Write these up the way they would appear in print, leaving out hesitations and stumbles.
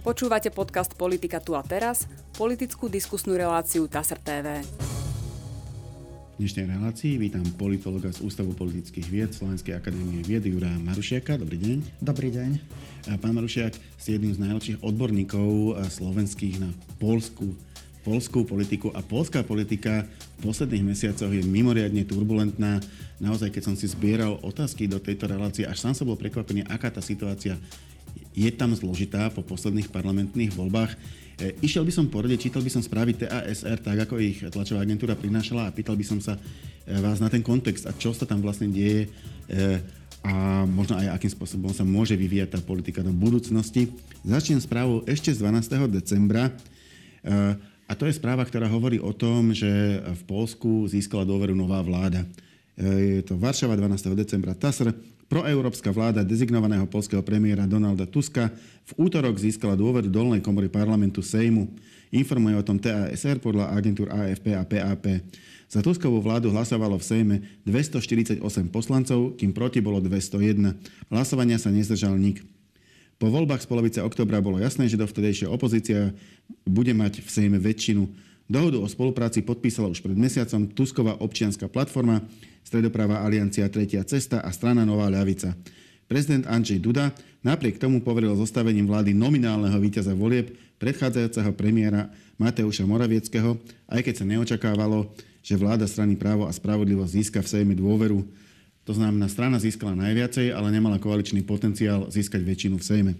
Počúvate podcast Politika tu a teraz, politickú diskusnú reláciu TASR TV. V dnešnej relácii vítam politologa z Ústavu politických vied Slovenskej akadémie vied Juraja Marušiaka. Dobrý deň. Dobrý deň. Pán Marušiak, ste jedným z najlepších odborníkov slovenských na poľskú politiku a poľská politika v posledných mesiacoch je mimoriadne turbulentná. Naozaj, keď som si zbieral otázky do tejto relácie, až sám som bol prekvapený, aká tá situácia je tam zložitá po posledných parlamentných voľbách. Išiel by som poradiť, čítal by som správy TASR, tak ako ich tlačová agentúra prinášala, a pýtal by som sa vás na ten kontext a čo sa tam vlastne deje a možno aj akým spôsobom sa môže vyvíjať tá politika do budúcnosti. Začnem správou ešte z 12. decembra. A to je správa, ktorá hovorí o tom, že v Poľsku získala dôveru nová vláda. Je to Varšava, 12. decembra, TASR. Proeurópska vláda dezignovaného poľského premiéra Donalda Tuska v útorok získala dôveru dolnej komory parlamentu Sejmu. Informuje o tom TASR podľa agentúr AFP a PAP. Za Tuskovú vládu hlasovalo v Sejme 248 poslancov, kým proti bolo 201. Hlasovania sa nezdržal nik. Po voľbách z polovice októbra bolo jasné, že dovtedajšia opozícia bude mať v Sejme väčšinu. Dohodu o spolupráci podpísala už pred mesiacom Tusková občianska platforma, Stredopravá aliancia Tretia cesta a strana Nová ľavica. Prezident Andrzej Duda napriek tomu poveril zostavením vlády nominálneho víťaza volieb predchádzajúceho premiéra Mateuša Moravieckého, aj keď sa neočakávalo, že vláda strany Právo a spravodlivosť získa v Sejme dôveru. To znamená, strana získala najviacej, ale nemala koaličný potenciál získať väčšinu v Sejme.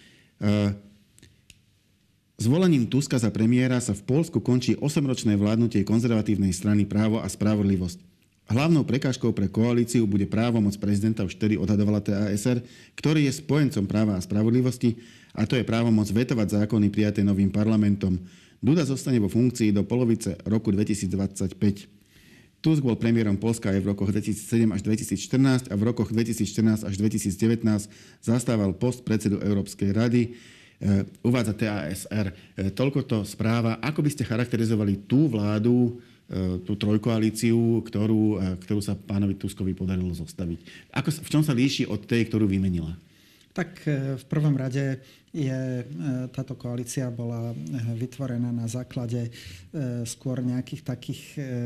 Zvolením Tuska za premiéra sa v Poľsku končí 8-ročné vládnutie konzervatívnej strany Právo a spravodlivosť. Hlavnou prekážkou pre koalíciu bude právomoc prezidenta, už vtedy odhadovala TASR, ktorý je spojencom Práva a spravodlivosti, a to je právomoc vetovať zákony prijaté novým parlamentom. Duda zostane vo funkcii do polovice roku 2025. Tusk bol premiérom Poľska aj v rokoch 2007 až 2014 a v rokoch 2014 až 2019 zastával post predsedu Európskej rady. Uvádza TASR. Toľkoto správa. Ako by ste charakterizovali tú vládu, tú trojkoalíciu, ktorú sa pánovi Tuskovi podarilo zostaviť? V čom sa líši od tej, ktorú vymenila? Tak v prvom rade táto koalícia bola vytvorená na základe skôr nejakých takých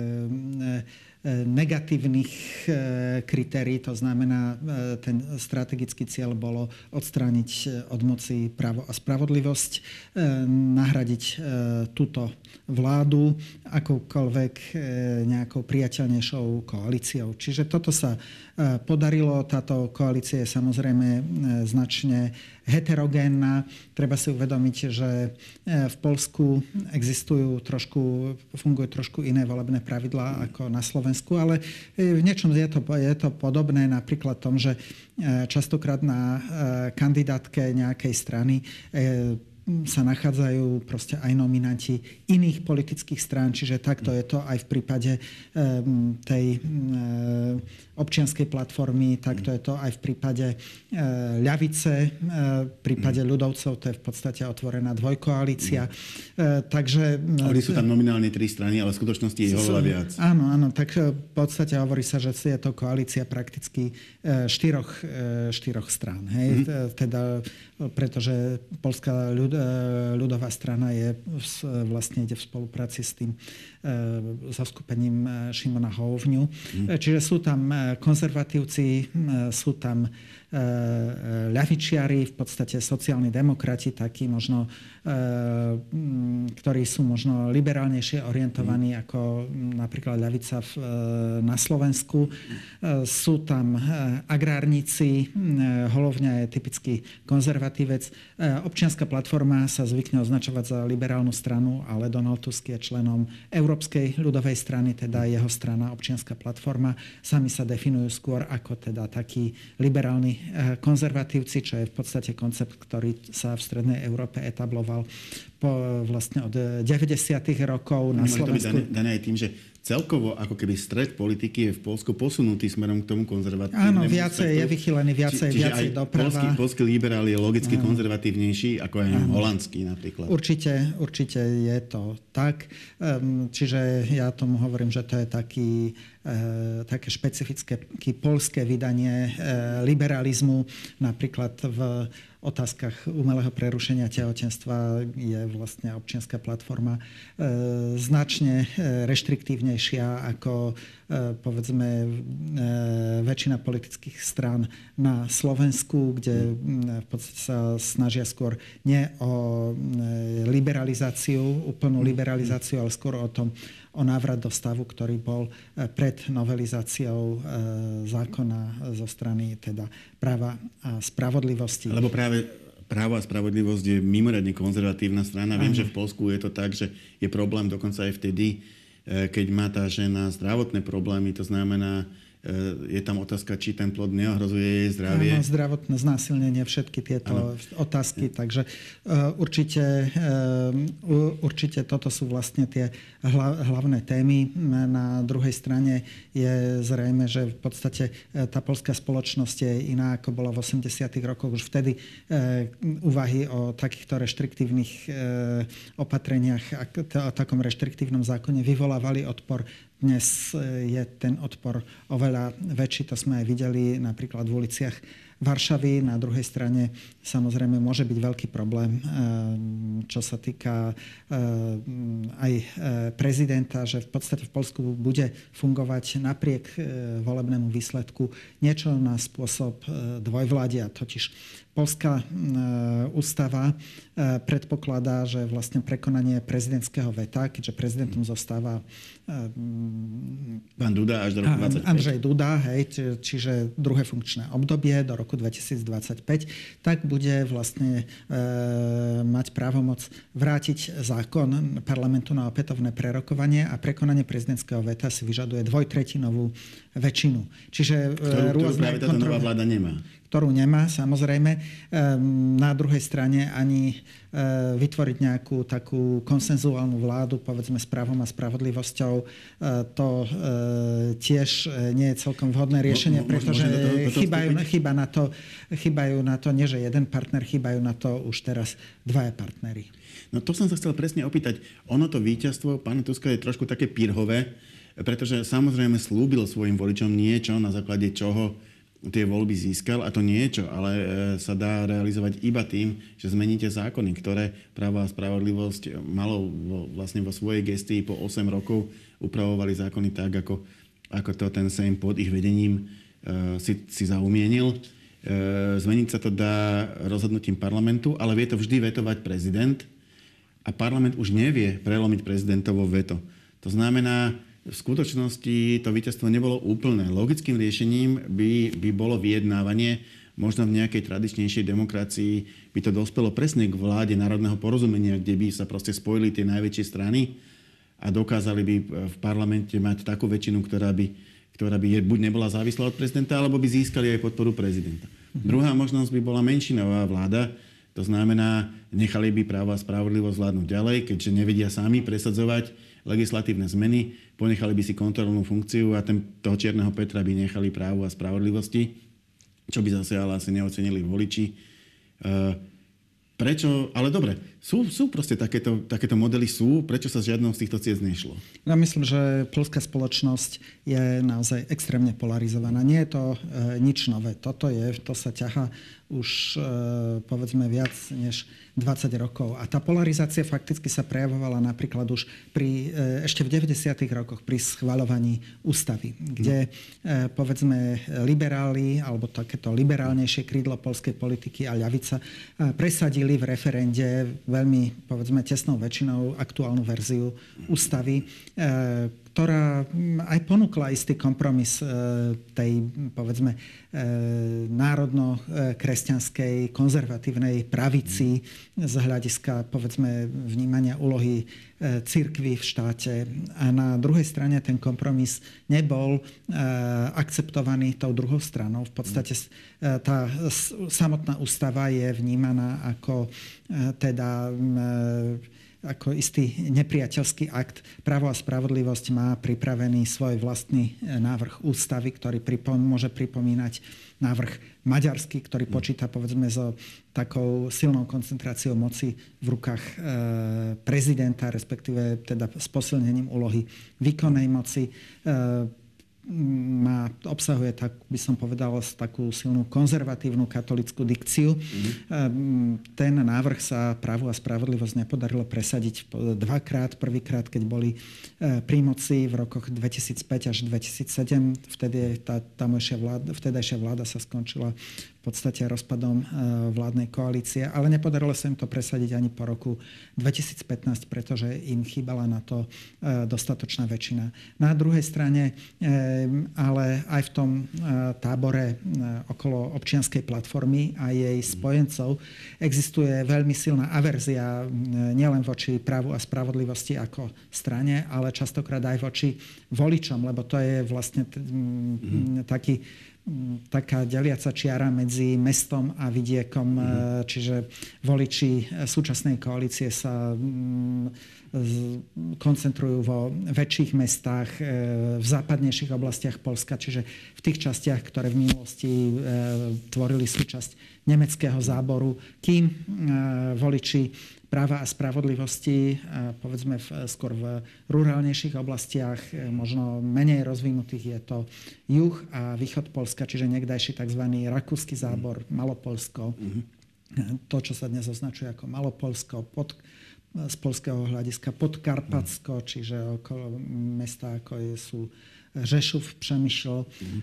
negatívnych kritérií. To znamená, ten strategický cieľ bolo odstrániť od moci Právo a spravodlivosť, nahradiť túto vládu akoukoľvek nejakou priateľnejšou koalíciou. Čiže toto sa podarilo. Táto koalícia je samozrejme značne heterogénna. Treba si uvedomiť, že v Poľsku fungujú trošku iné volebné pravidlá ako na Slovensku, ale v niečom je to podobné, napríklad tom, že častokrát na kandidátke nejakej strany sa nachádzajú proste aj nominanti iných politických strán, čiže takto je to aj v prípade tej občianskej platformy, takto je to aj v prípade ľavice, v prípade ľudovcov to je v podstate otvorená dvojkoalícia. Takže oni sú tam nominálne 3 strany, ale v skutočnosti je oveľa viac. Áno, tak v podstate hovorí sa, že je to koalícia prakticky štyroch strán. Hej? Teda, pretože Poľská ľudová strana vlastne ide v spolupráci s tým zaskupením Šimona Hołowniu. Čiže sú tam konzervatívci, sú tam ľavičiari, v podstate sociálni demokrati, takí možno, ktorí sú možno liberálnejšie orientovaní ako napríklad ľavica na Slovensku. Sú tam agrárnici, Hołownia je typický konzervatívec. Občianska platforma sa zvykne označovať za liberálnu stranu, ale Donald Tusk je členom Európskej ľudovej strany, teda jeho strana Občianska platforma. Sami sa definujú skôr ako teda takí liberálni konzervatívci, čo je v podstate koncept, ktorý sa v strednej Európe etabloval vlastne od 90. rokov na Slovensku. To by dané aj tým, že celkovo ako keby stred politiky je v Poľsku posunutý smerom k tomu konzervatívnemu. Áno, viacej je vychylený, viacej doprava. Poľský liberál je logicky konzervatívnejší ako aj holandský napríklad. Určite je to tak. Čiže ja tomu hovorím, že to je také špecifické poľské vydanie liberalizmu. Napríklad v otázkach umelého prerušenia tehotenstva je vlastne občianska platforma značne reštriktívnejšia ako povedzme väčšina politických strán na Slovensku, kde v podstate sa snažia skôr nie o liberalizáciu, úplnú liberalizáciu, ale skôr o návrat do stavu, ktorý bol pred novelizáciou zákona zo strany teda práva a spravodlivosti. Lebo práve Právo a spravodlivosť je mimoriadne konzervatívna strana. Viem, že v Poľsku je to tak, že je problém dokonca aj vtedy, keď má tá žena zdravotné problémy, to znamená, je tam otázka, či ten plod neohrozuje jej zdravie. Áno, zdravotné znásilnenie, všetky tieto otázky. Takže určite toto sú vlastne tie hlavné témy. Na druhej strane je zrejme, že v podstate tá poľská spoločnosť je iná, ako bola v 80. rokoch. Už vtedy úvahy o takýchto reštriktívnych opatreniach, o takom reštriktívnom zákone vyvolávali odpor. Dnes je ten odpor oveľa väčší, to sme aj videli napríklad v uliciach Varšavy. Na druhej strane samozrejme môže byť veľký problém, čo sa týka aj prezidenta, že v podstate v Poľsku bude fungovať napriek volebnému výsledku niečo na spôsob dvojvládia, totiž Poľská ústava predpokladá, že vlastne prekonanie prezidentského veta, keďže prezidentom zostáva pán Duda až do roku 2025. Andrzej Duda, čiže druhé funkčné obdobie do roku 2025, tak bude vlastne mať právomoc vrátiť zákon parlamentu na opätovné prerokovanie a prekonanie prezidentského veta si vyžaduje 2/3 väčšinu. Čiže ktorú práve táto nová vláda nemá. Ktorú nemá, samozrejme. Na druhej strane ani vytvoriť nejakú takú konsenzuálnu vládu, povedzme s právom a spravodlivosťou, to tiež nie je celkom vhodné riešenie, pretože chýbajú na to, nie že jeden partner, chýbajú na to už teraz dvaja partneri. No to som sa chcel presne opýtať. Ono to víťazstvo pána Tuska je trošku také pyrhové, pretože samozrejme slúbil svojim voličom niečo, na základe čoho tie voľby získal, a to niečo, ale sa dá realizovať iba tým, že zmeníte zákony, ktoré Právo a spravodlivosť malo vlastne vo svojej gestii po 8 rokov upravovali zákony tak, ako to ten Sejm pod ich vedením si zaumienil. Zmeniť sa to dá rozhodnutím parlamentu, ale vie to vždy vetovať prezident a parlament už nevie prelomiť prezidentovo veto. To znamená, v skutočnosti to víťazstvo nebolo úplné. Logickým riešením by bolo vyjednávanie. Možno v nejakej tradičnejšej demokracii by to dospelo presne k vláde národného porozumenia, kde by sa proste spojili tie najväčšie strany a dokázali by v parlamente mať takú väčšinu, ktorá by buď nebola závislá od prezidenta, alebo by získali aj podporu prezidenta. Druhá možnosť by bola menšinová vláda. To znamená, nechali by Právo a spravodlivosť vládnuť ďalej, keďže nevedia sami presadzovať legislatívne zmeny, ponechali by si kontrolnú funkciu a toho čierneho Petra by nechali Právu a spravodlivosti, čo by zase ale asi neocenili voliči. Prečo? Ale dobre, sú proste takéto modely prečo sa žiadnou z týchto ciest nešlo? Ja myslím, že poľská spoločnosť je naozaj extrémne polarizovaná. Nie je to nič nové. To sa ťahá už povedzme viac než 20 rokov. A tá polarizácia fakticky sa prejavovala napríklad už ešte v 90. rokoch pri schvaľovaní ústavy, kde povedzme liberáli alebo takéto liberálnejšie krídlo poľskej politiky a ľavica presadili v referende veľmi povedzme tesnou väčšinou aktuálnu verziu ústavy, ktorá aj ponúkla istý kompromis tej, povedzme, národno-kresťanskej, konzervatívnej pravici z hľadiska, povedzme, vnímania úlohy cirkvi v štáte. A na druhej strane ten kompromis nebol akceptovaný tou druhou stranou. V podstate tá samotná ústava je vnímaná ako ako istý nepriateľský akt. Právo a spravodlivosť má pripravený svoj vlastný návrh ústavy, ktorý môže pripomínať návrh maďarský, ktorý počíta povedzme so takou silnou koncentráciou moci v rukách prezidenta, respektíve teda s posilnením úlohy výkonnej moci. obsahuje, tak by som povedal, takú silnú konzervatívnu katolickú dikciu. Ten návrh sa Právu a spravodlivosť nepodarilo presadiť dvakrát. Prvýkrát, keď boli pri moci v rokoch 2005 až 2007. Vtedy vtedajšia vláda sa skončila v podstate rozpadom vládnej koalície, ale nepodarilo sa im to presadiť ani po roku 2015, pretože im chýbala na to dostatočná väčšina. Na druhej strane, ale aj v tom tábore okolo občianskej platformy a jej spojencov existuje veľmi silná averzia nielen voči Právu a spravodlivosti ako strane, ale častokrát aj voči voličom, lebo to je vlastne taká deliaca čiara medzi mestom a vidiekom, čiže voliči súčasnej koalície sa koncentrujú vo väčších mestách, v západnejších oblastiach Poľska, čiže v tých častiach, ktoré v minulosti tvorili súčasť nemeckého záboru, kým voliči Práva a spravodlivosti, povedzme skôr v rurálnejších oblastiach, možno menej rozvinutých, je to juh a východ Poľska, čiže niekdajší tzv. Rakúsky zábor, Malopoľsko. To, čo sa dnes označuje ako Malopoľsko, z poľského hľadiska Podkarpatsko, čiže okolo mesta, ako sú Rzeszów, Przemyśl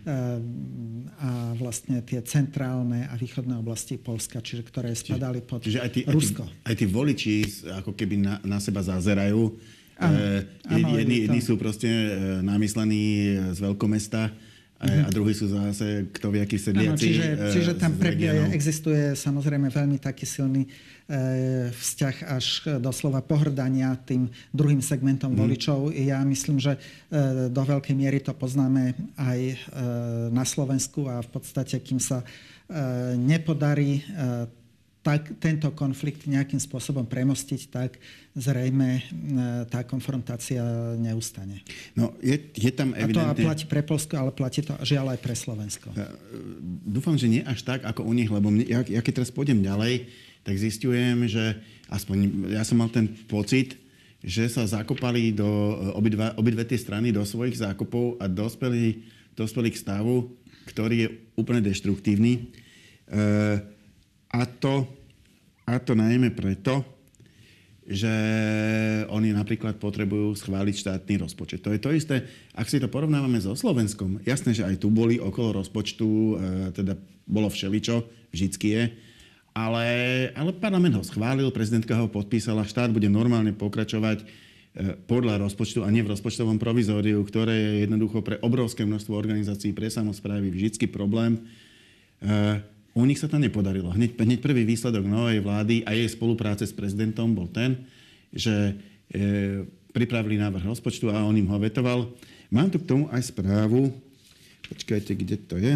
a vlastne tie centrálne a východné oblasti Poľska, čiže ktoré spadali pod Rusko. Aj tí voliči ako keby na seba zazerajú. Jedni sú proste namyslení z veľkomesta a druhí sú zase kto vie, akí sedliaci. Čiže tam existuje samozrejme veľmi taký silný vzťah až doslova pohrdania tým druhým segmentom voličov. Ja myslím, že do veľkej miery to poznáme aj na Slovensku a v podstate, kým sa nepodarí tento konflikt nejakým spôsobom premostiť, tak zrejme tá konfrontácia neustane. No, je tam evidentne... A to platí pre Poľsko, ale platí to žiaľ aj pre Slovensko. Dúfam, že nie až tak, ako u nich, lebo ja keď teraz pôjdem ďalej, tak zistujem, že aspoň ja som mal ten pocit, že sa zakopali do obidve tie strany do svojich zákopov a dospeli k stavu, ktorý je úplne deštruktívny. A to najmä preto, že oni napríklad potrebujú schváliť štátny rozpočet. To je to isté, ak si to porovnávame so Slovenskom. Jasné, že aj tu boli okolo rozpočtu, teda bolo všeličo, vždycky je, ale parlament ho schválil, prezidentka ho podpísala, štát bude normálne pokračovať podľa rozpočtu a nie v rozpočtovom provizóriu, ktoré je jednoducho pre obrovské množstvo organizácií, pre samosprávy vždycky problém. U nich sa to nepodarilo. Hneď prvý výsledok novej vlády a jej spolupráce s prezidentom bol ten, že pripravili návrh rozpočtu a on im ho vetoval. Mám tu k tomu aj správu. Počkajte, kde to je?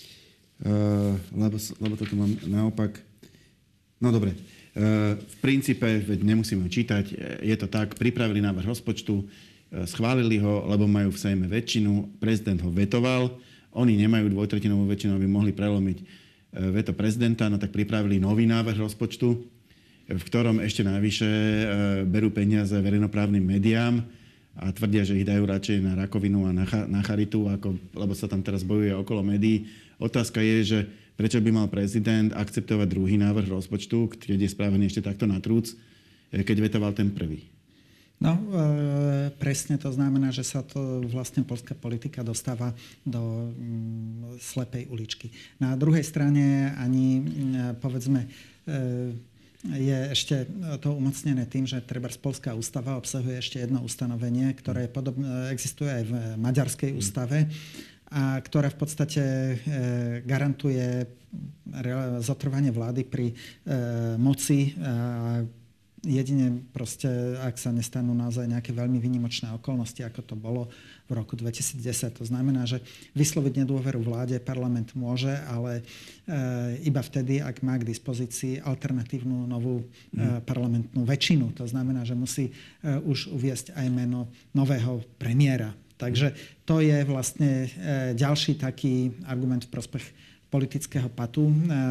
Lebo to tu mám naopak. No dobre. V princípe, veď nemusíme čítať, je to tak, pripravili návrh rozpočtu, schválili ho, lebo majú v Sejme väčšinu, prezident ho vetoval, oni nemajú dvojtretinovú väčšinu, aby mohli prelomiť veto prezidenta, no tak pripravili nový návrh rozpočtu, v ktorom ešte navyše berú peniaze verejnoprávnym médiám a tvrdia, že ich dajú radšej na rakovinu a na charitu, lebo sa tam teraz bojuje okolo médií. Otázka je, že prečo by mal prezident akceptovať druhý návrh rozpočtu, ktorý je spravený ešte takto na trúc, keď vetoval ten prvý? No, presne to znamená, že sa to vlastne poľská politika dostáva do slepej uličky. Na druhej strane ani, povedzme, je ešte to umocnené tým, že trebárs poľská ústava obsahuje ešte jedno ustanovenie, ktoré existuje aj v maďarskej ústave, a ktorá v podstate garantuje zotrvanie vlády pri moci jedine proste, ak sa nestanú naozaj nejaké veľmi výnimočné okolnosti, ako to bolo v roku 2010. To znamená, že vysloviť nedôveru vláde parlament môže, ale iba vtedy, ak má k dispozícii alternatívnu novú parlamentnú väčšinu. To znamená, že musí už uviesť aj meno nového premiéra. Takže to je vlastne ďalší taký argument v prospech politického patu.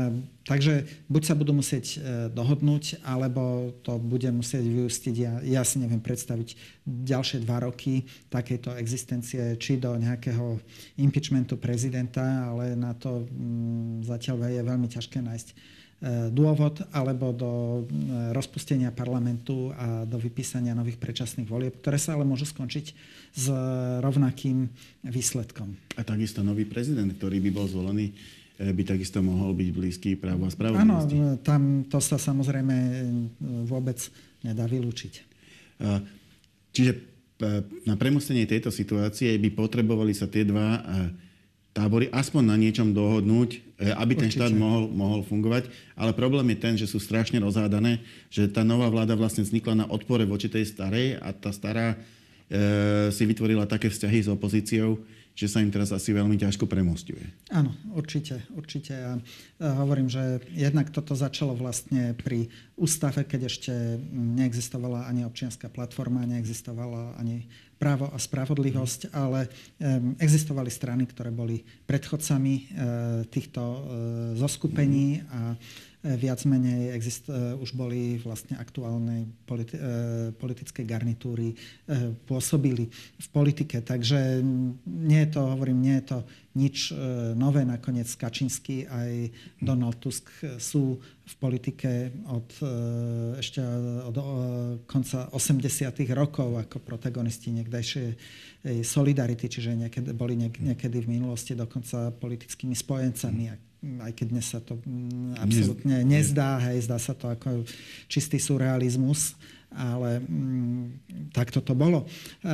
Takže buď sa budú musieť dohodnúť, alebo to bude musieť vyústiť. Ja si neviem predstaviť ďalšie 2 roky takejto existencie, či do nejakého impeachmentu prezidenta, ale na to zatiaľ je veľmi ťažké nájsť dôvod, alebo do rozpustenia parlamentu a do vypísania nových predčasných volieb, ktoré sa ale môžu skončiť s rovnakým výsledkom. A takisto nový prezident, ktorý by bol zvolený, by takisto mohol byť blízky právu a spravodlivosti. Áno, tam to sa samozrejme vôbec nedá vylúčiť. Čiže na premostenie tejto situácie by potrebovali sa tie dva tábory aspoň na niečom dohodnúť, aby ten štát mohol fungovať. Ale problém je ten, že sú strašne rozhádané, že tá nová vláda vlastne vznikla na odpore voči tej starej a tá stará si vytvorila také vzťahy s opozíciou, že sa im teraz asi veľmi ťažko premosťuje. Áno, určite. Ja hovorím, že jednak toto začalo vlastne pri ústave, keď ešte neexistovala ani občianska platforma, neexistovala ani právo a spravodlivosť, ale existovali strany, ktoré boli predchodcami týchto zoskupení a viac menej už boli vlastne aktuálnej politickej garnitúry pôsobili v politike. Takže nie je to nič nové. Nakoniec Kačínsky aj Donald Tusk sú v politike ešte od konca 80. rokov ako protagonisti niekdajšej Solidarity, čiže boli niekedy v minulosti dokonca politickými spojencami, aj keď dnes sa to absolútne nezdá, zdá sa to ako čistý surrealizmus, ale takto to bolo.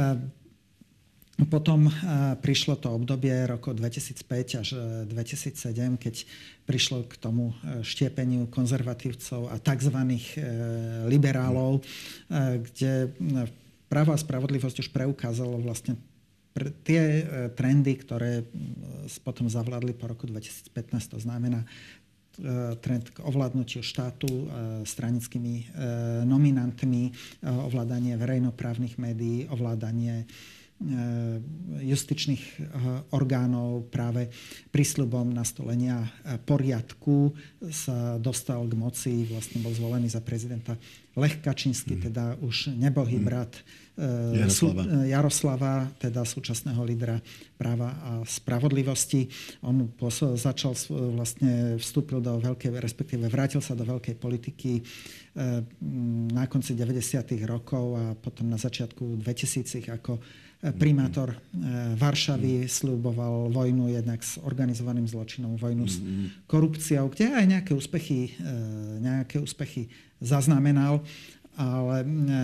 Potom prišlo to obdobie rokov 2005 až 2007, keď prišlo k tomu štiepeniu konzervatívcov a tzv. Liberálov, kde právo a spravodlivosť už preukázalo vlastne tie trendy, ktoré potom zavládli po roku 2015, to znamená trend k ovládnutiu štátu stranickými nominantmi, ovládanie verejnoprávnych médií, ovládanie justičných orgánov práve prísľubom nastolenia poriadku sa dostal k moci, vlastne bol zvolený za prezidenta Lech Kačínsky, teda už nebohý brat Jaroslava, teda súčasného lídra práva a spravodlivosti. On vstúpil do respektíve vrátil sa do veľkej politiky na konci 90. rokov a potom na začiatku 2000 ako primátor Varšavy sľuboval vojnu jednak s organizovaným zločinom, vojnu s korupciou, kde aj nejaké úspechy zaznamenal, ale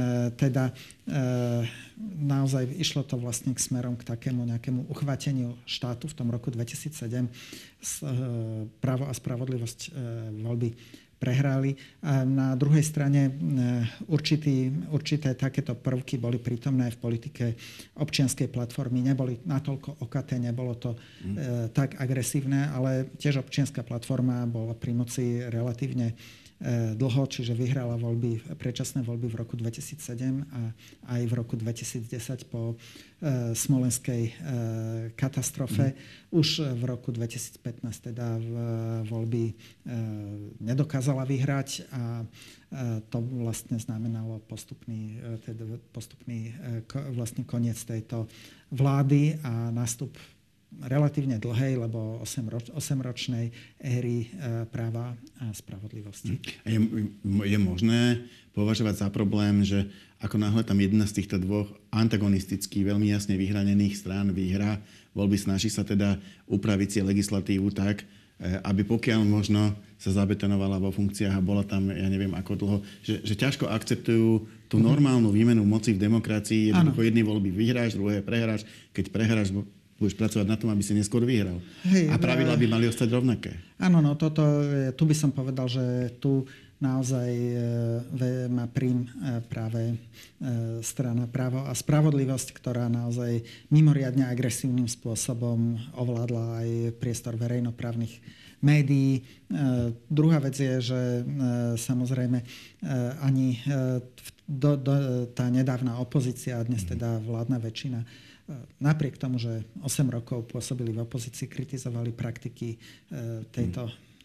naozaj išlo to vlastne k smerom k takému nejakému uchváteniu štátu v tom roku 2007. Právo a spravodlivosť voľby prehráli. A na druhej strane určité takéto prvky boli prítomné aj v politike občianskej platformy. Neboli natoľko okaté, nebolo to tak agresívne, ale tiež občianska platforma bola pri moci relatívne dlho, čiže vyhrala predčasné voľby v roku 2007 a aj v roku 2010 po smolenskej katastrofe. Už v roku 2015 teda voľby nedokázala vyhrať a to vlastne znamenalo postupný vlastne koniec tejto vlády a nástup relatívne dlhej, lebo 8-ročnej éry práva a spravodlivosti. Je možné považovať za problém, že ako náhle tam jedna z týchto dvoch antagonisticky veľmi jasne vyhranených strán vyhrá voľby, snaží sa teda upraviť si legislatívu tak, aby pokiaľ možno sa zabetonovala vo funkciách a bola tam, ja neviem ako dlho, že ťažko akceptujú tú normálnu výmenu moci v demokracii. Jednoducho jedny voľby vyhráš, druhé prehráš. Keď prehráš, budeš pracovať na tom, aby si neskôr vyhral. A pravidlá by mali ostať rovnaké. Áno, tu by som povedal, že tu naozaj má prím práve strana Právo a spravodlivosť, ktorá naozaj mimoriadne agresívnym spôsobom ovládla aj priestor verejnoprávnych médií. Druhá vec je, že samozrejme ani tá nedávna opozícia, dnes teda vládna väčšina, napriek tomu, že 8 rokov pôsobili v opozícii, kritizovali praktiky tejto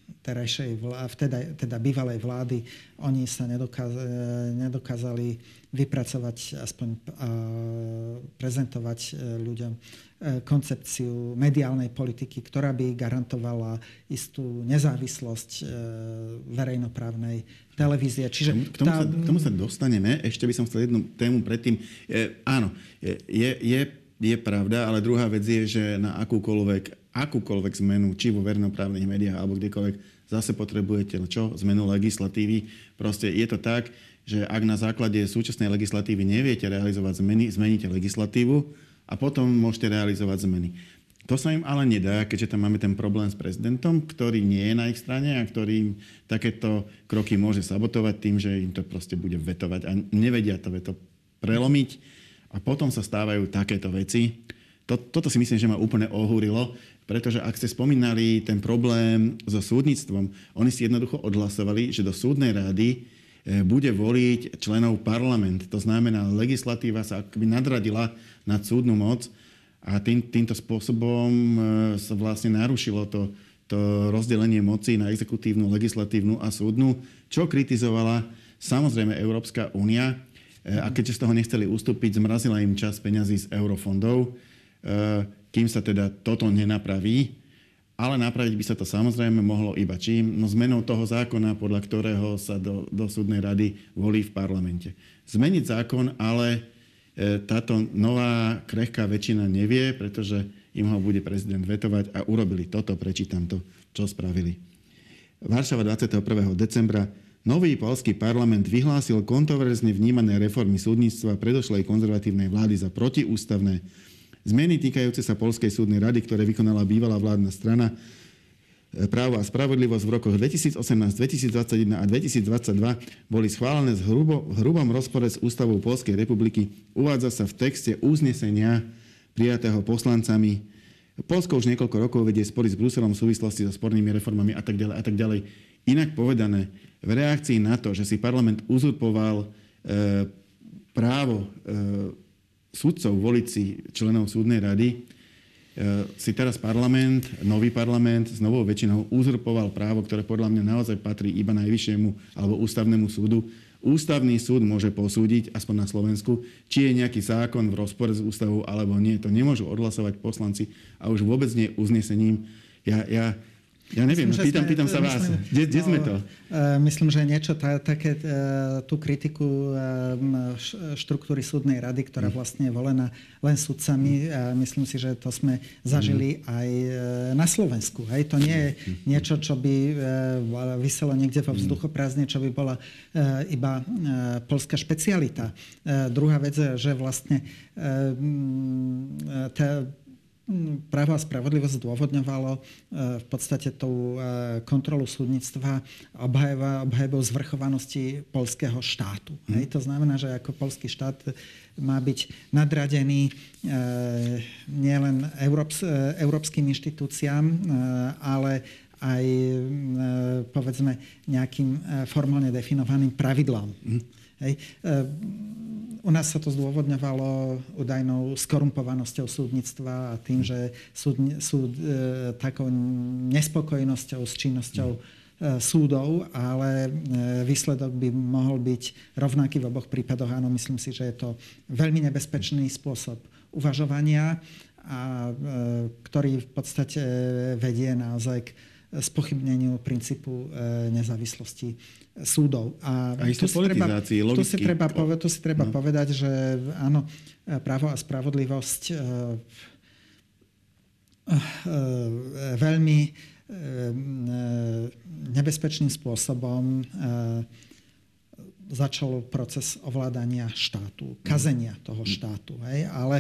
teda bývalej vlády, oni sa nedokázali vypracovať, aspoň prezentovať ľuďom koncepciu mediálnej politiky, ktorá by garantovala istú nezávislosť verejnoprávnej televízie. Čiže k tomu sa dostaneme. Ešte by som chcel jednu tému predtým. Áno, je pravda, ale druhá vec je, že na akúkoľvek zmenu, či vo verejnoprávnych médiách, alebo kdekoľvek, zase potrebujete zmenu legislatívy. Proste je to tak, že ak na základe súčasnej legislatívy neviete realizovať zmeny, zmeníte legislatívu a potom môžete realizovať zmeny. To sa im ale nedá, keďže tam máme ten problém s prezidentom, ktorý nie je na ich strane a ktorý takéto kroky môže sabotovať tým, že im to proste bude vetovať a nevedia to veto prelomiť a potom sa stávajú takéto veci. Toto si myslím, že ma úplne ohúrilo, pretože ak ste spomínali ten problém so súdnictvom, oni si jednoducho odhlasovali, že do súdnej rady bude voliť členov parlament. To znamená, legislatíva sa akoby nadradila nad súdnu moc a týmto spôsobom sa vlastne narušilo to rozdelenie moci na exekutívnu, legislatívnu a súdnu, čo kritizovala samozrejme Európska únia. A keďže z toho nechceli ustúpiť, zmrazila im časť peňazí z eurofondov, kým sa teda toto nenapraví. Ale napraviť by sa to samozrejme mohlo iba čím? No zmenou toho zákona, podľa ktorého sa do súdnej rady volí v parlamente. Zmeniť zákon, ale táto nová krehká väčšina nevie, pretože im ho bude prezident vetovať a urobili toto, prečítam to, čo spravili. Varšava 21. decembra. Nový poľský parlament vyhlásil kontroverzne vnímané reformy súdnictva predošlej konzervatívnej vlády za protiústavné. Zmeny týkajúce sa Poľskej súdnej rady, ktoré vykonala bývalá vládna strana Právo a spravodlivosť v rokoch 2018, 2021 a 2022 boli schválené v hrubom rozpore s ústavou Poľskej republiky. Uvádza sa v texte uznesenia prijatého poslancami. Poľsko už niekoľko rokov vedie spory s Bruselom v súvislosti so spornými reformami a tak ďalej a tak ďalej. Inak povedané, v reakcii na to, že si parlament uzurpoval právo sudcov voliť si členov súdnej rady, si teraz nový parlament s novou väčšinou uzurpoval právo, ktoré podľa mňa naozaj patrí iba najvyššiemu alebo ústavnému súdu. Ústavný súd môže posúdiť, aspoň na Slovensku, či je nejaký zákon v rozpore s ústavou alebo nie. To nemôžu odhlasovať poslanci a už vôbec nie uznesením. Ja neviem, pýtam sa vás. Kde sme to? Myslím, že niečo také, tú kritiku štruktúry súdnej rady, ktorá vlastne je volená len sudcami, myslím si, že to sme zažili aj na Slovensku. Hej? To nie je niečo, čo by viselo niekde vo vzduchoprázdne, čo by bola iba poľská špecialita. Druhá vec je, že vlastne Právo a spravodlivosť zdôvodňovalo v podstate tú kontrolu súdnictva obhajobou zvrchovanosti poľského štátu. Hej? To znamená, že ako poľský štát má byť nadradený nielen európskym inštitúciám, ale aj povedzme nejakým formálne definovaným pravidlám. Hej. U nás sa to zdôvodňovalo údajnou skorumpovanosťou súdnictva a tým, že súd takou nespokojnosťou s činnosťou súdov, ale výsledok by mohol byť rovnaký v oboch prípadoch. Áno, myslím si, že je to veľmi nebezpečný spôsob uvažovania, ktorý v podstate vedie naozaj k spochybneniu princípu nezávislosti súdov. A tu si treba povedať, že áno, právo a spravodlivosť veľmi nebezpečným spôsobom začal proces ovládania štátu, kazenia toho štátu. Hej? Ale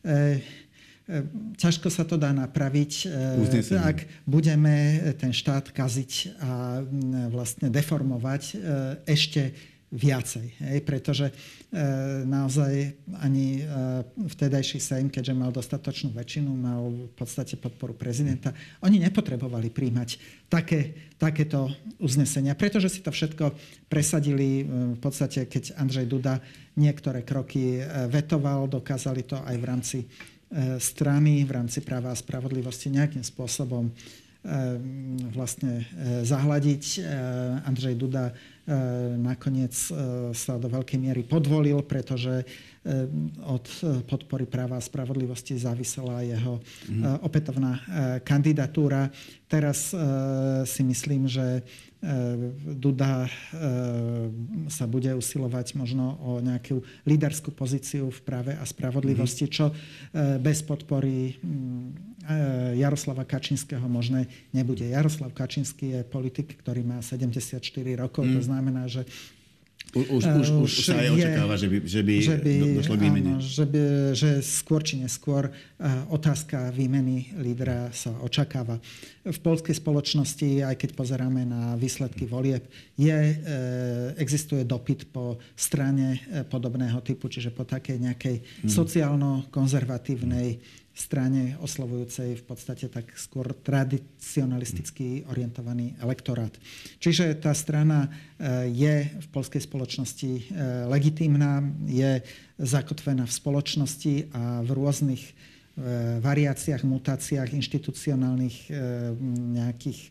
ťažko sa to dá napraviť, ak budeme ten štát kaziť a vlastne deformovať ešte viacej. Hej? Pretože naozaj ani vtedajší Sejm, keďže mal dostatočnú väčšinu, mal v podstate podporu prezidenta, oni nepotrebovali príjmať takéto uznesenia, pretože si to všetko presadili v podstate, keď Andrzej Duda niektoré kroky vetoval, dokázali to aj v rámci strany, v rámci Práva a spravodlivosti nejakým spôsobom vlastne zahľadiť. Andrzej Duda nakoniec sa do veľkej miery podvolil, pretože od podpory práva a spravodlivosti závisela jeho opätovná kandidatúra. Teraz si myslím, že Duda sa bude usilovať možno o nejakú líderskú pozíciu v práve a spravodlivosti, čo bez podpory Jaroslava Kačinského možné nebude. Jaroslav Kačinský je politik, ktorý má 74 rokov, to znamená, že už sa aj očakáva, že by došlo k výmene. Áno, že skôr či neskôr otázka výmeny lídra sa očakáva. V poľskej spoločnosti, aj keď pozeráme na výsledky volieb, existuje dopyt po strane podobného typu, čiže po takej nejakej sociálno-konzervatívnej strane oslovujúcej v podstate tak skôr tradicionalisticky orientovaný elektorát. Čiže tá strana je v poľskej spoločnosti legitímna, je zakotvená v spoločnosti a v rôznych variáciách, mutáciách, inštitucionálnych nejakých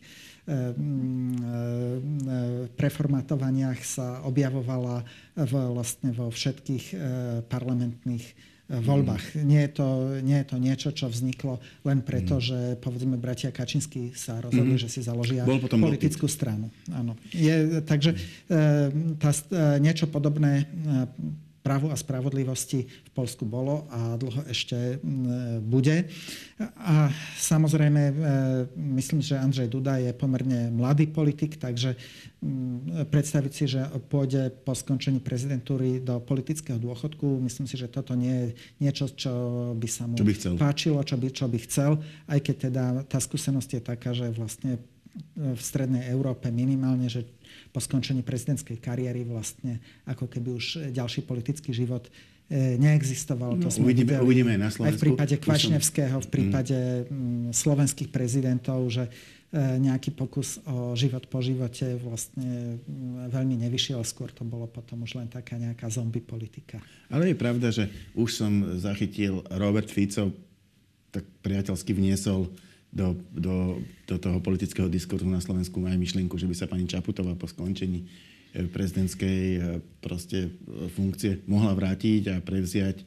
preformatovaniach sa objavovala vlastne vo všetkých parlamentných voľbách. Nie je to niečo, čo vzniklo len preto, že povedzme bratia Kačinskí sa rozhodli, že si založia politickú stranu. Áno. Takže niečo podobné právu a spravodlivosti v Poľsku bolo a dlho ešte bude. A samozrejme, myslím, že Andrzej Duda je pomerne mladý politik, takže predstaviť si, že pôjde po skončení prezidentúry do politického dôchodku, myslím si, že toto nie je niečo, čo by sa mu páčilo, čo by chcel, aj keď teda tá skúsenosť je taká, že vlastne v strednej Európe minimálne, že po skončení prezidentskej kariéry vlastne ako keby už ďalší politický život neexistoval. To sme uvidíme aj na Slovensku. Aj v prípade Kvašňevského, v prípade slovenských prezidentov, že nejaký pokus o život po živote vlastne veľmi nevyšiel. Skôr to bolo potom už len taká nejaká zombie politika. Ale je pravda, že už som zachytil, Robert Fico tak priateľsky vniesol do toho politického diskurzu na Slovensku aj myšlienku, že by sa pani Čaputová po skončení prezidentskej funkcie mohla vrátiť a prevziať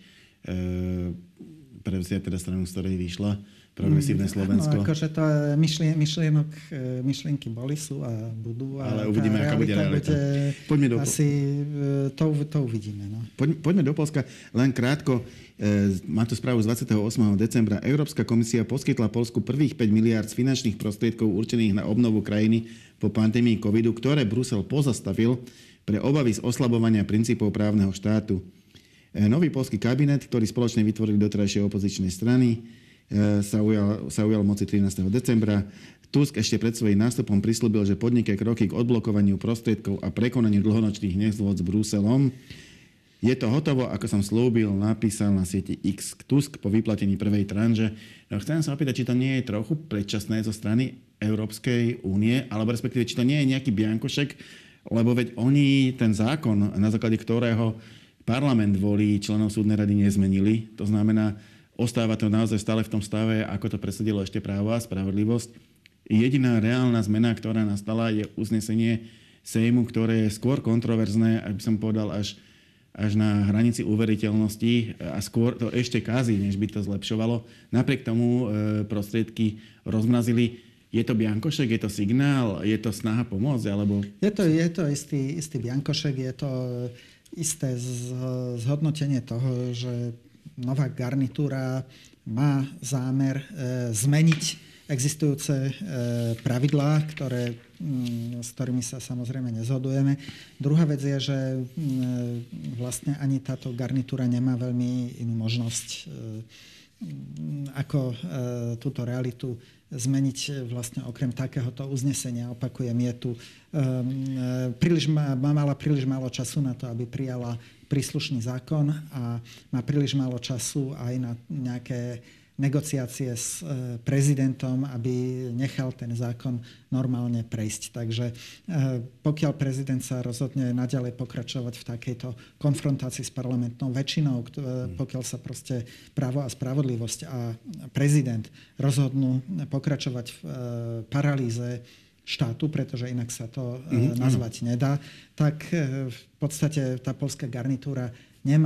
teda stranu, z ktorej vyšla, Progresívne Slovensko. No, akože to myšlienky boli, sú a budú. Ale uvidíme, aká bude realita. Poďme asi to uvidíme. No. Poďme do Poľska. Len krátko, mám tu správu z 28. decembra. Európska komisia poskytla Poľsku prvých 5 miliárd z finančných prostriedkov určených na obnovu krajiny po pandémii covidu, ktoré Brusel pozastavil pre obavy z oslabovania princípov právneho štátu. Nový poľský kabinet, ktorý spoločne vytvorili doterajšie opozičné strany, sa ujal moci 13. decembra. Tusk ešte pred svojím nástupom prislúbil, že podniká kroky k odblokovaniu prostriedkov a prekonaniu dlhonočných nezhôd s Bruselom. Je to hotovo, ako som slúbil, napísal na sieti X Tusk po vyplatení prvej tranže. No, chcem sa opýtať, či to nie je trochu predčasné zo strany Európskej únie, alebo respektíve, či to nie je nejaký biankošek, lebo veď oni ten zákon, na základe ktorého parlament volí členov súdnej rady, nezmenili. To znamená, ostáva to naozaj stále v tom stave, ako to presadilo ešte Právo a spravodlivosť. Jediná reálna zmena, ktorá nastala, je uznesenie Sejmu, ktoré je skôr kontroverzné, ak by som povedal, až na hranici uveriteľnosti a skôr to ešte kazí, než by to zlepšovalo. Napriek tomu prostriedky rozmrazili. Je to biankošek, je to signál, je to snaha pomôcť? Alebo... Je to istý biankošek, je to isté zhodnotenie toho, že nová garnitúra má zámer zmeniť existujúce pravidlá, s ktorými sa samozrejme nezhodujeme. Druhá vec je, že vlastne ani táto garnitúra nemá veľmi inú možnosť, ako túto realitu zmeniť vlastne okrem takéhoto uznesenia. Opakujem, je tu mala príliš málo času na to, aby prijala príslušný zákon a má príliš málo času aj na negociácie s prezidentom, aby nechal ten zákon normálne prejsť. Takže pokiaľ prezident sa rozhodne naďalej pokračovať v takejto konfrontácii s parlamentnou väčšinou, pokiaľ sa proste Právo a spravodlivosť a prezident rozhodnú pokračovať v paralýze štátu, pretože inak sa to nazvať nedá, tak v podstate tá poľská garnitúra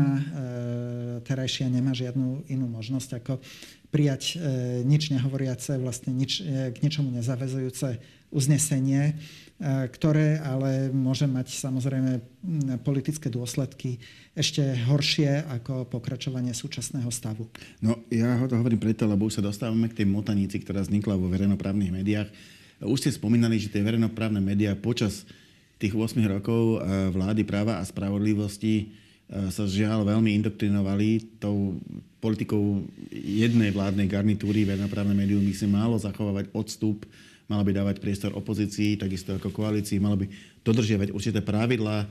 terajšia nemá žiadnu inú možnosť, ako prijať nič nehovoriace, vlastne k ničomu nezaväzujúce uznesenie, ktoré ale môže mať samozrejme politické dôsledky ešte horšie ako pokračovanie súčasného stavu. No, ja to hovorím preto, lebo už sa dostávame k tej motaníci, ktorá vznikla vo verejnoprávnych médiách. Už ste spomínali, že tie verejnoprávne médiá počas tých 8 rokov vlády Práva a spravodlivosti sa žiaľ veľmi indoktrinovali tou politikou jednej vládnej garnitúry. Verejnoprávne médium by si malo zachovávať odstup, malo by dávať priestor opozícii, takisto ako koalícii, malo by dodržiavať určité pravidlá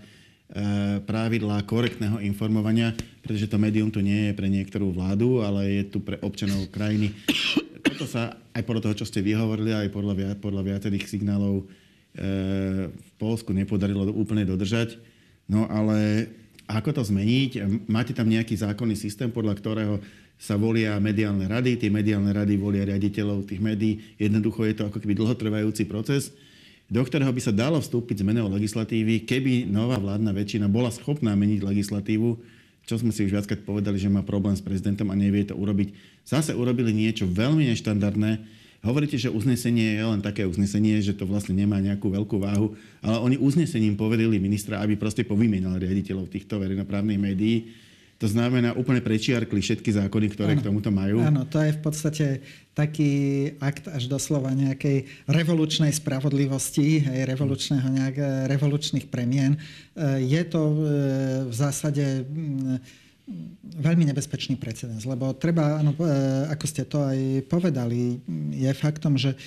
korektného informovania, pretože to médium tu nie je pre niektorú vládu, ale je tu pre občanov krajiny. Toto sa aj podľa toho, čo ste vyhovorili, aj podľa viacerých signálov v Poľsku nepodarilo úplne dodržať. No ale ako to zmeniť? Máte tam nejaký zákonný systém, podľa ktorého sa volia mediálne rady? Tie mediálne rady volia riaditeľov tých médií. Jednoducho je to ako keby dlhotrvajúci proces, do ktorého by sa dalo vstúpiť zmenou legislatívy, keby nová vládna väčšina bola schopná meniť legislatívu, čo sme si už viackrát povedali, že má problém s prezidentom a nevie to urobiť. Zase urobili niečo veľmi neštandardné. Hovoríte, že uznesenie je len také uznesenie, že to vlastne nemá nejakú veľkú váhu, ale oni uznesením povedali ministra, aby proste povymenal riaditeľov týchto verejnoprávnych médií. To znamená, úplne prečiarkli všetky zákony, ktoré k tomuto majú. Áno, to je v podstate taký akt až doslova nejakej revolučnej spravodlivosti, revolučných premien. Je to v zásade veľmi nebezpečný precedens, lebo treba, ako ste to aj povedali, je faktom, že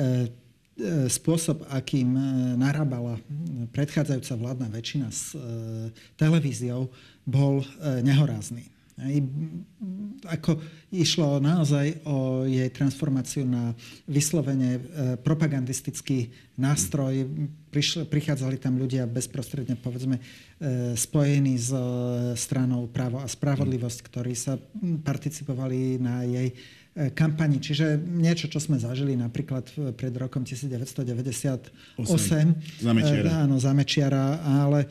spôsob, akým narábala predchádzajúca vládna väčšina s televíziou, bol nehorázny. Ako išlo naozaj o jej transformáciu na vyslovene propagandistický nástroj. Prichádzali tam ľudia bezprostredne, povedzme, spojení s stranou Právo a spravodlivosť, ktorí sa participovali na jej kampani. Čiže niečo, čo sme zažili napríklad pred rokom 1998. Za Mečiara, ale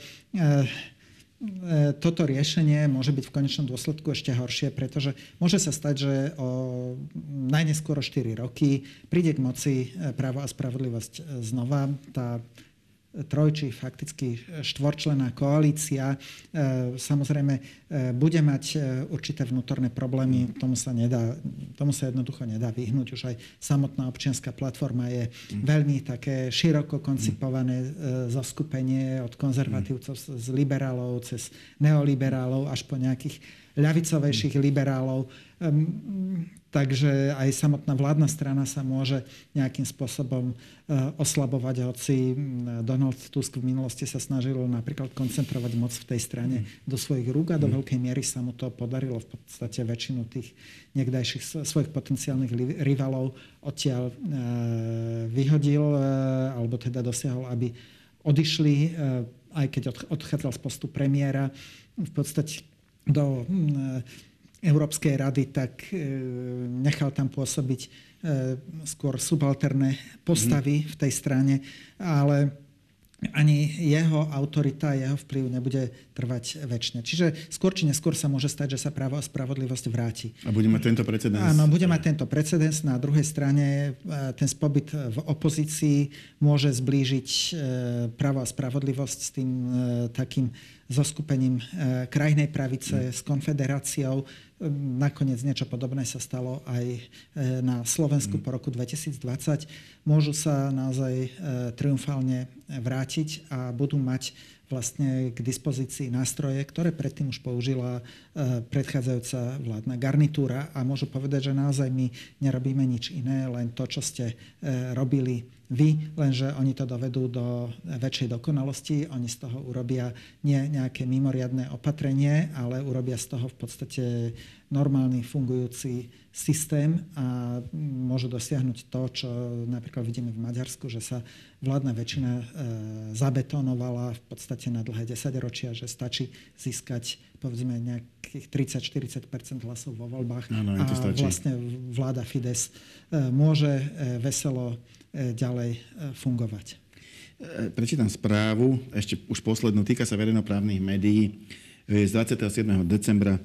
toto riešenie môže byť v konečnom dôsledku ešte horšie, pretože môže sa stať, že o najneskôr 4 roky príde k moci Právo a spravodlivosť znova. Tá či fakticky štvorčlenná koalícia samozrejme bude mať určité vnútorné problémy. Tomu sa jednoducho nedá vyhnúť. Už aj samotná občianska platforma je veľmi také široko koncipované zoskupenie od konzervatívcov z liberálov cez neoliberálov až po nejakých ľavicovejších liberálov. Takže aj samotná vládna strana sa môže nejakým spôsobom oslabovať, hoci Donald Tusk v minulosti sa snažil napríklad koncentrovať moc v tej strane do svojich rúk a do veľkej miery sa mu to podarilo. V podstate väčšinu tých niekdajších svojich potenciálnych rivalov odtiaľ vyhodil, alebo teda dosiahol, aby odišli, aj keď odchádzal z postu premiéra, v podstate do Európskej rady, tak nechal tam pôsobiť skôr subalterné postavy v tej strane, ale ani jeho autorita, jeho vplyv nebude trvať večne. Čiže skôr či neskôr sa môže stať, že sa Právo a spravodlivosť vráti. A bude mať tento precedens? Áno, bude mať tento precedens. Na druhej strane ten pobyt v opozícii môže zblížiť Právo a spravodlivosť s tým takým zoskupením krajnej pravice, s konfederáciou. Nakoniec niečo podobné sa stalo aj na Slovensku po roku 2020. Môžu sa naozaj triumfálne vrátiť a budú mať vlastne k dispozícii nástroje, ktoré predtým už použila predchádzajúca vládna garnitúra a môžu povedať, že naozaj my nerobíme nič iné, len to, čo ste robili vy, lenže oni to dovedú do väčšej dokonalosti. Oni z toho urobia nie nejaké mimoriadne opatrenie, ale urobia z toho v podstate normálny fungujúci systém a môžu dosiahnuť to, čo napríklad vidíme v Maďarsku, že sa vládna väčšina zabetonovala v podstate na dlhé 10 ročia, že stačí získať povedzme nejakých 30-40% hlasov vo voľbách a vlastne vláda Fides môže veselo ďalej fungovať. Prečítam správu, ešte už poslednú, týka sa verejnoprávnych médií z 27. decembra.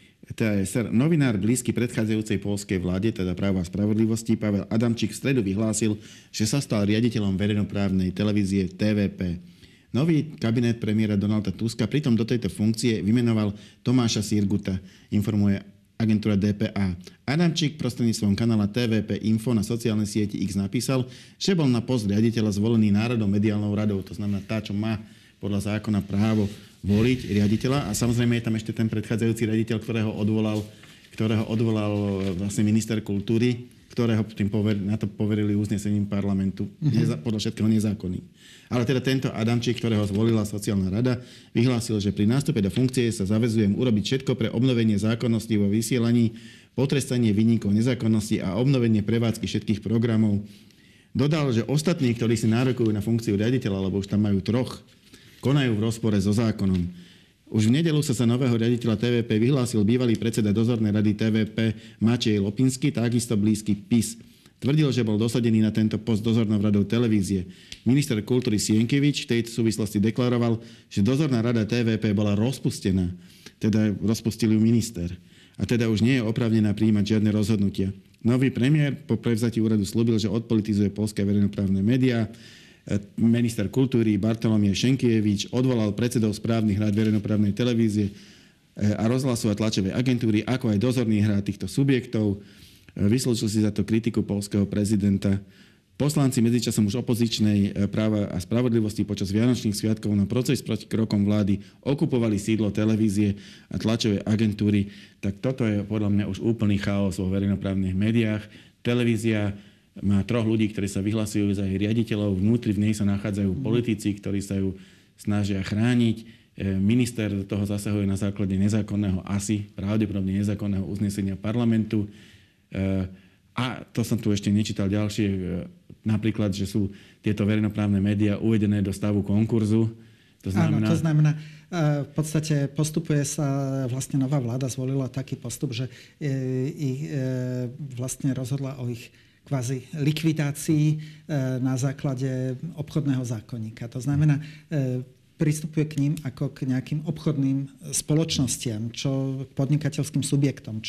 TASR. Novinár blízky predchádzajúcej poľskej vláde, teda Práva a spravodlivosti, Pavel Adamčík v stredu vyhlásil, že sa stal riaditeľom verejnoprávnej televízie TVP. Nový kabinet premiéra Donalda Tuska pritom do tejto funkcie vymenoval Tomáša Sirguta, informuje agentúra DPA. Adamčík prostredníctvom kanála TVP Info na sociálnej sieti X napísal, že bol na post riaditeľa zvolený Národnou mediálnou radou, to znamená tá, čo má podľa zákona právo voliť riaditeľa. A samozrejme je tam ešte ten predchádzajúci riaditeľ, ktorého odvolal vlastne minister kultúry, ktorého na to poverili uznesením parlamentu. Podľa všetkého nezákonný. Ale teda tento Adamčík, ktorého zvolila sociálna rada, vyhlásil, že pri nástupe do funkcie sa zaväzujem urobiť všetko pre obnovenie zákonnosti vo vysielaní, potrestanie vinníkov nezákonnosti a obnovenie prevádzky všetkých programov. Dodal, že ostatní, ktorí si nárokujú na funkciu riaditeľa, lebo už tam majú troch, konajú v rozpore so zákonom. Už v nedeľu sa nového riaditeľa TVP vyhlásil bývalý predseda dozornej rady TVP Maciej Lopinsky, takisto blízky PiS. Tvrdil, že bol dosadený na tento post dozornou radou televízie. Minister kultúry Sienkiewicz v tejto súvislosti deklaroval, že dozorná rada TVP bola rozpustená. Teda rozpustil ju minister. A teda už nie je oprávnená prijímať žiadne rozhodnutia. Nový premiér po prevzatí úradu slúbil, že odpolitizuje poľské verejnoprávne médiá. Minister kultúry Bartolomiej Šenkievič odvolal predsedov správnych rád verejnoprávnej televízie a rozhlasu a tlačovej agentúry, ako aj dozorných rád týchto subjektov. Vyslúžil si za to kritiku poľského prezidenta. Poslanci medzičasom už opozičnej Práva a spravodlivosti počas vianočných sviatkov na proces proti krokom vlády okupovali sídlo televízie a tlačovej agentúry. Tak toto je podľa mňa už úplný chaos vo verejnoprávnych médiách. Televízia má troch ľudí, ktorí sa vyhlasujú za jej riaditeľov. Vnútri v nej sa nachádzajú politici, ktorí sa ju snažia chrániť. Minister do toho zasahuje na základe nezákonného, pravdepodobne nezákonného uznesenia parlamentu. A to som tu ešte nečítal ďalšie, napríklad, že sú tieto verejnoprávne médiá uvedené do stavu konkurzu. To znamená, v podstate postupuje sa, vlastne nová vláda zvolila taký postup, že ich vlastne rozhodla o ich kvázi likvidácii na základe obchodného zákonníka. To znamená, pristupuje k ním ako k nejakým obchodným spoločnostiam, čo podnikateľským subjektom,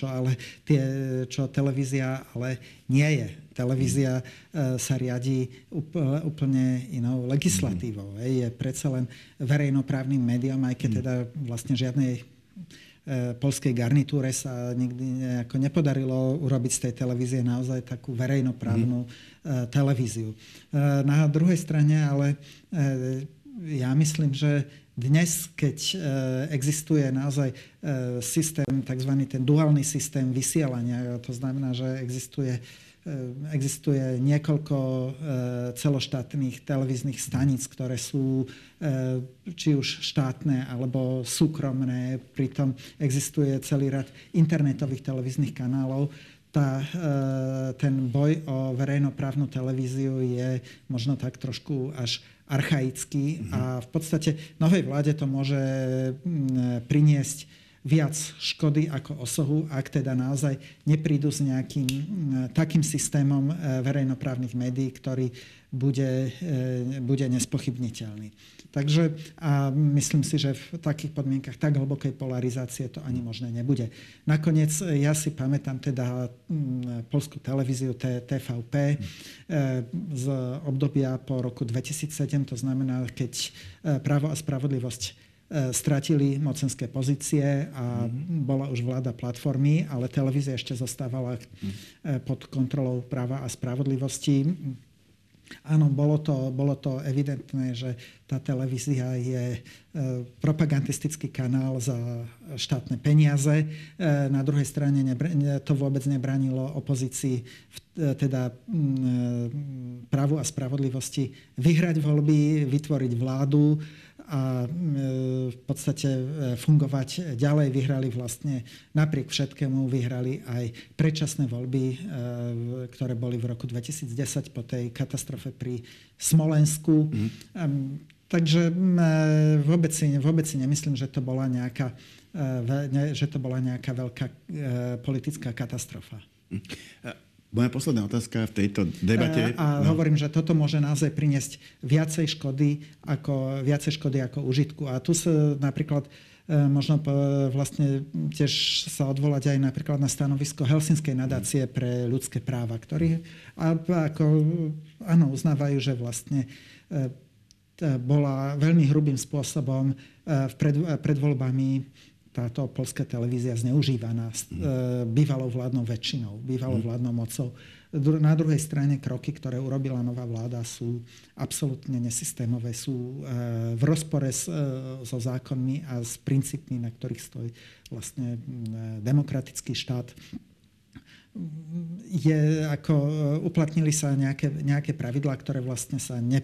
čo televízia ale nie je. Televízia sa riadi úplne inou legislatívou. Je predsa len verejnoprávnym médiom, aj keď teda vlastne žiadnej poľskej garnitúre sa nikdy nejako nepodarilo urobiť z tej televízie naozaj takú verejnoprávnu televíziu. Na druhej strane ale ja myslím, že dnes, keď existuje naozaj systém, takzvaný ten duálny systém vysielania, to znamená, že existuje niekoľko celoštátnych televíznych staníc, ktoré sú či už štátne alebo súkromné, pritom existuje celý rad internetových televíznych kanálov. Ten boj o verejnoprávnu televíziu je možno tak trošku až archaický a v podstate novej vláde to môže priniesť viac škody ako osohu, ak teda naozaj neprídu s nejakým takým systémom verejnoprávnych médií, ktorý bude nespochybniteľný. Takže a myslím si, že v takých podmienkach tak hlbokej polarizácie to ani možné nebude. Nakoniec ja si pamätám teda poľskú televíziu TVP z obdobia po roku 2007, to znamená, keď Právo a spravodlivosť stratili mocenské pozície a bola už vláda platformy, ale televízia ešte zostávala pod kontrolou Práva a spravodlivosti. Áno, bolo to evidentné, že tá televízia je propagandistický kanál za štátne peniaze. Na druhej strane to vôbec nebránilo opozícii, teda Právu a spravodlivosti, vyhrať voľby, vytvoriť vládu a v podstate fungovať ďalej. Vyhrali vlastne napriek všetkému, vyhrali aj predčasné voľby, ktoré boli v roku 2010 po tej katastrofe pri Smolensku. Takže vôbec si nemyslím, že to bola nejaká veľká politická katastrofa. Moja posledná otázka v tejto debate. Hovorím, že toto môže naozaj priniesť viacej škody ako užitku. A tu sa napríklad možno vlastne tiež sa odvolať aj napríklad na stanovisko Helsinskej nadácie pre ľudské práva, ktorí uznávajú, že vlastne bola veľmi hrubým spôsobom pred voľbami táto poľská televízia zneužívaná bývalou vládnou väčšinou, bývalou vládnou mocou. Na druhej strane kroky, ktoré urobila nová vláda, sú absolútne nesystémové, sú v rozpore so zákonmi a s princípmi, na ktorých stojí vlastne demokratický štát. Uplatnili sa nejaké pravidlá, ktoré vlastne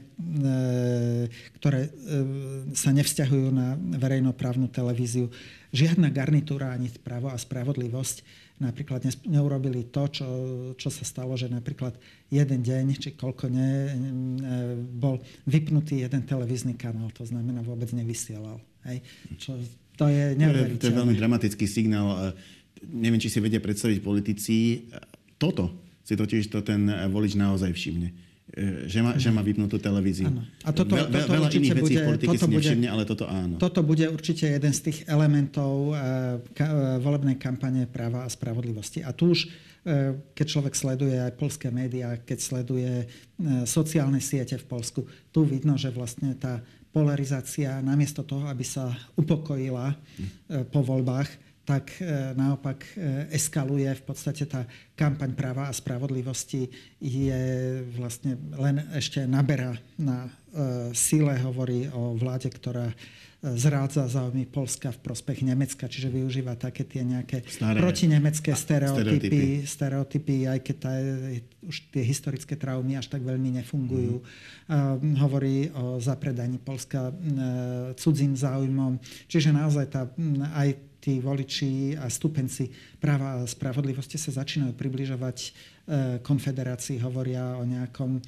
ktoré sa nevzťahujú na verejnoprávnu televíziu. Žiadna garnitúra ani Právo a spravodlivosť napríklad neurobili to, čo sa stalo, že napríklad jeden deň, či koľko bol vypnutý jeden televízny kanál, to znamená vôbec nevysielal. Hej? To je neuveriteľné. To je veľmi dramatický signál. Neviem, či si vedia predstaviť politici. Toto si totiž ten volič naozaj všimne. Že má vypnutú televíziu. Áno. A toto veľa iných vecí v politike si nevšimne, ale toto áno. Toto bude určite jeden z tých elementov volebnej kampane Práva a spravodlivosti. A tu už, keď človek sleduje aj poľské médiá, keď sleduje sociálne siete v Poľsku, tu vidno, že vlastne tá polarizácia namiesto toho, aby sa upokojila po voľbách, tak naopak eskaluje. V podstate tá kampaň Práva a spravodlivosti je vlastne len ešte naberá na sile, hovorí o vláde, ktorá zrádza záujmy Poľska v prospech Nemecka, čiže využíva také tie nejaké protinemecké stereotypy, aj keď už tie historické traumy až tak veľmi nefungujú. Hovorí o zapredaní Poľska cudzím záujmom. Čiže naozaj aj tí voliči a stúpenci Práva a spravodlivosti sa začínajú približovať konfederácii, hovoria o nejakom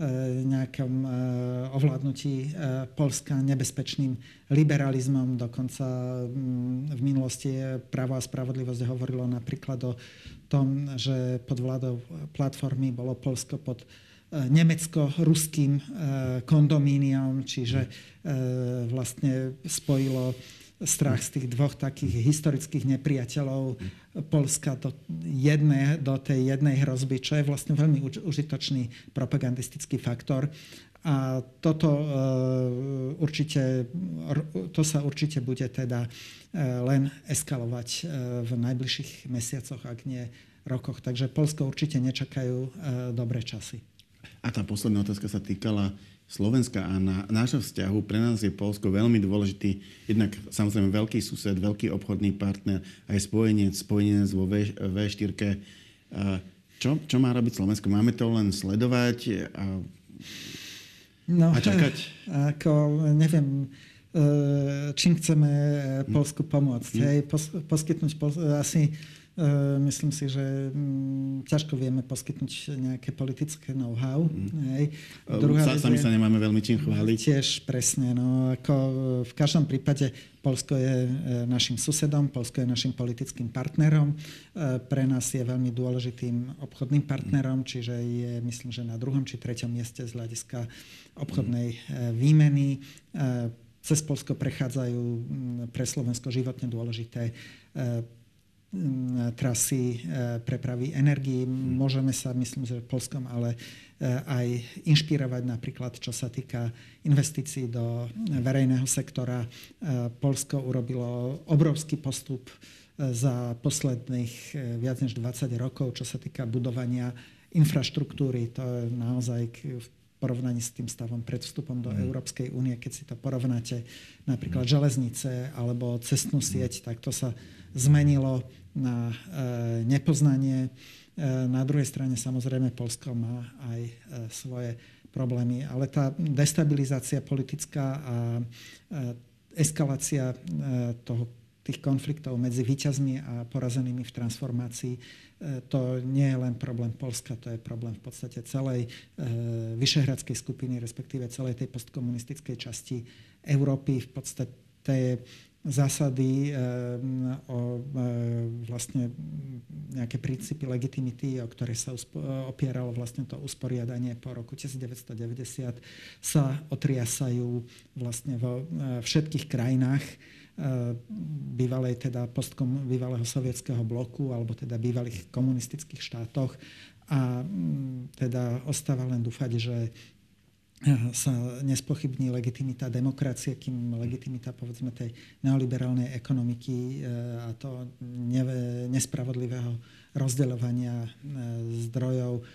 ovládnutí Poľska nebezpečným liberalizmom. Dokonca v minulosti Právo a spravodlivosť hovorilo napríklad o tom, že pod vládou platformy bolo Poľsko pod nemecko-ruským kondomíniom, čiže vlastne spojilo strach z tých dvoch takých historických nepriateľov Poľska do tej jednej hrozby, čo je vlastne veľmi užitočný propagandistický faktor. A to sa určite bude teda len eskalovať v najbližších mesiacoch, ak nie rokoch. Takže Poľsko určite nečakajú dobré časy. A tá posledná otázka sa týkala Slovenska a nášho vzťahu. Pre nás je Poľsko veľmi dôležitý, jednak samozrejme veľký sused, veľký obchodný partner, aj spojenec vo V4. Čo má robiť Slovensko? Máme to len sledovať a čakať? Neviem, čím chceme Poľsku pomôcť. Poskytnúť asi... Myslím si, že ťažko vieme poskytnúť nejaké politické know-how. Sami sa nemáme veľmi čím chváliť. Tiež presne. Ako v každom prípade Poľsko je našim susedom, Poľsko je našim politickým partnerom. Pre nás je veľmi dôležitým obchodným partnerom, čiže je, myslím, že na 2. či 3. mieste z hľadiska obchodnej výmeny. Cez Poľsko prechádzajú pre Slovensko životne dôležité trasy prepravy energií. Môžeme sa, myslím, že v Poľskom, ale aj inšpirovať napríklad, čo sa týka investícií do verejného sektora. Poľsko urobilo obrovský postup za posledných viac než 20 rokov, čo sa týka budovania infraštruktúry. To je naozaj v porovnaní s tým stavom pred vstupom do Európskej únie. Keď si to porovnáte napríklad železnice alebo cestnú sieť, tak to sa zmenilo na nepoznanie. Na druhej strane samozrejme Poľsko má aj svoje problémy, ale tá destabilizácia politická a eskalácia tých konfliktov medzi víťazmi a porazenými v transformácii, to nie je len problém Poľska, to je problém v podstate celej Vyšehradskej skupiny, respektíve celej tej postkomunistickej časti Európy. V podstate zásady o vlastne nejaké princípy legitimity, o ktoré sa opieralo vlastne to usporiadanie po roku 1990, sa otriasajú vlastne vo všetkých krajinách bývalej teda bývalého sovietskeho bloku alebo teda bývalých komunistických štátoch a teda ostáva len dúfať, že sa nespochybní legitimita demokracie, kým legitimita povedzme tej neoliberálnej ekonomiky a to nespravodlivého rozdeľovania zdrojov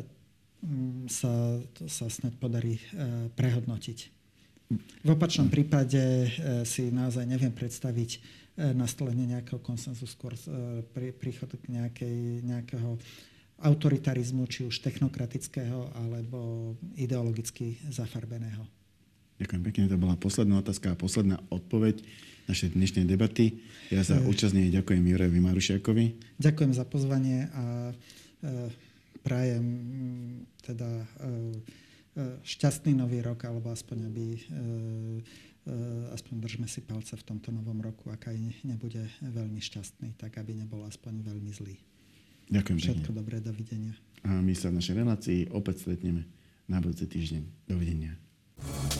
sa snad podarí prehodnotiť. V opačnom prípade si naozaj neviem predstaviť nastolenie nejakého konsenzu, skôr príchod k nejakého autoritarizmu, či už technokratického, alebo ideologicky zafarbeného. Ďakujem pekne, to bola posledná otázka a posledná odpoveď našej dnešnej debaty. Ja sa účastne ďakujem Jurajovi Marušiakovi. Ďakujem za pozvanie a prajem teda šťastný nový rok, alebo aspoň aspoň držme si palce v tomto novom roku, ak aj nebude veľmi šťastný, tak aby nebol aspoň veľmi zlý. Ďakujem pekne. Všetko dobré, dovidenia. A my sa v našej relácii opäť stretneme na budúci týždeň. Dovidenia.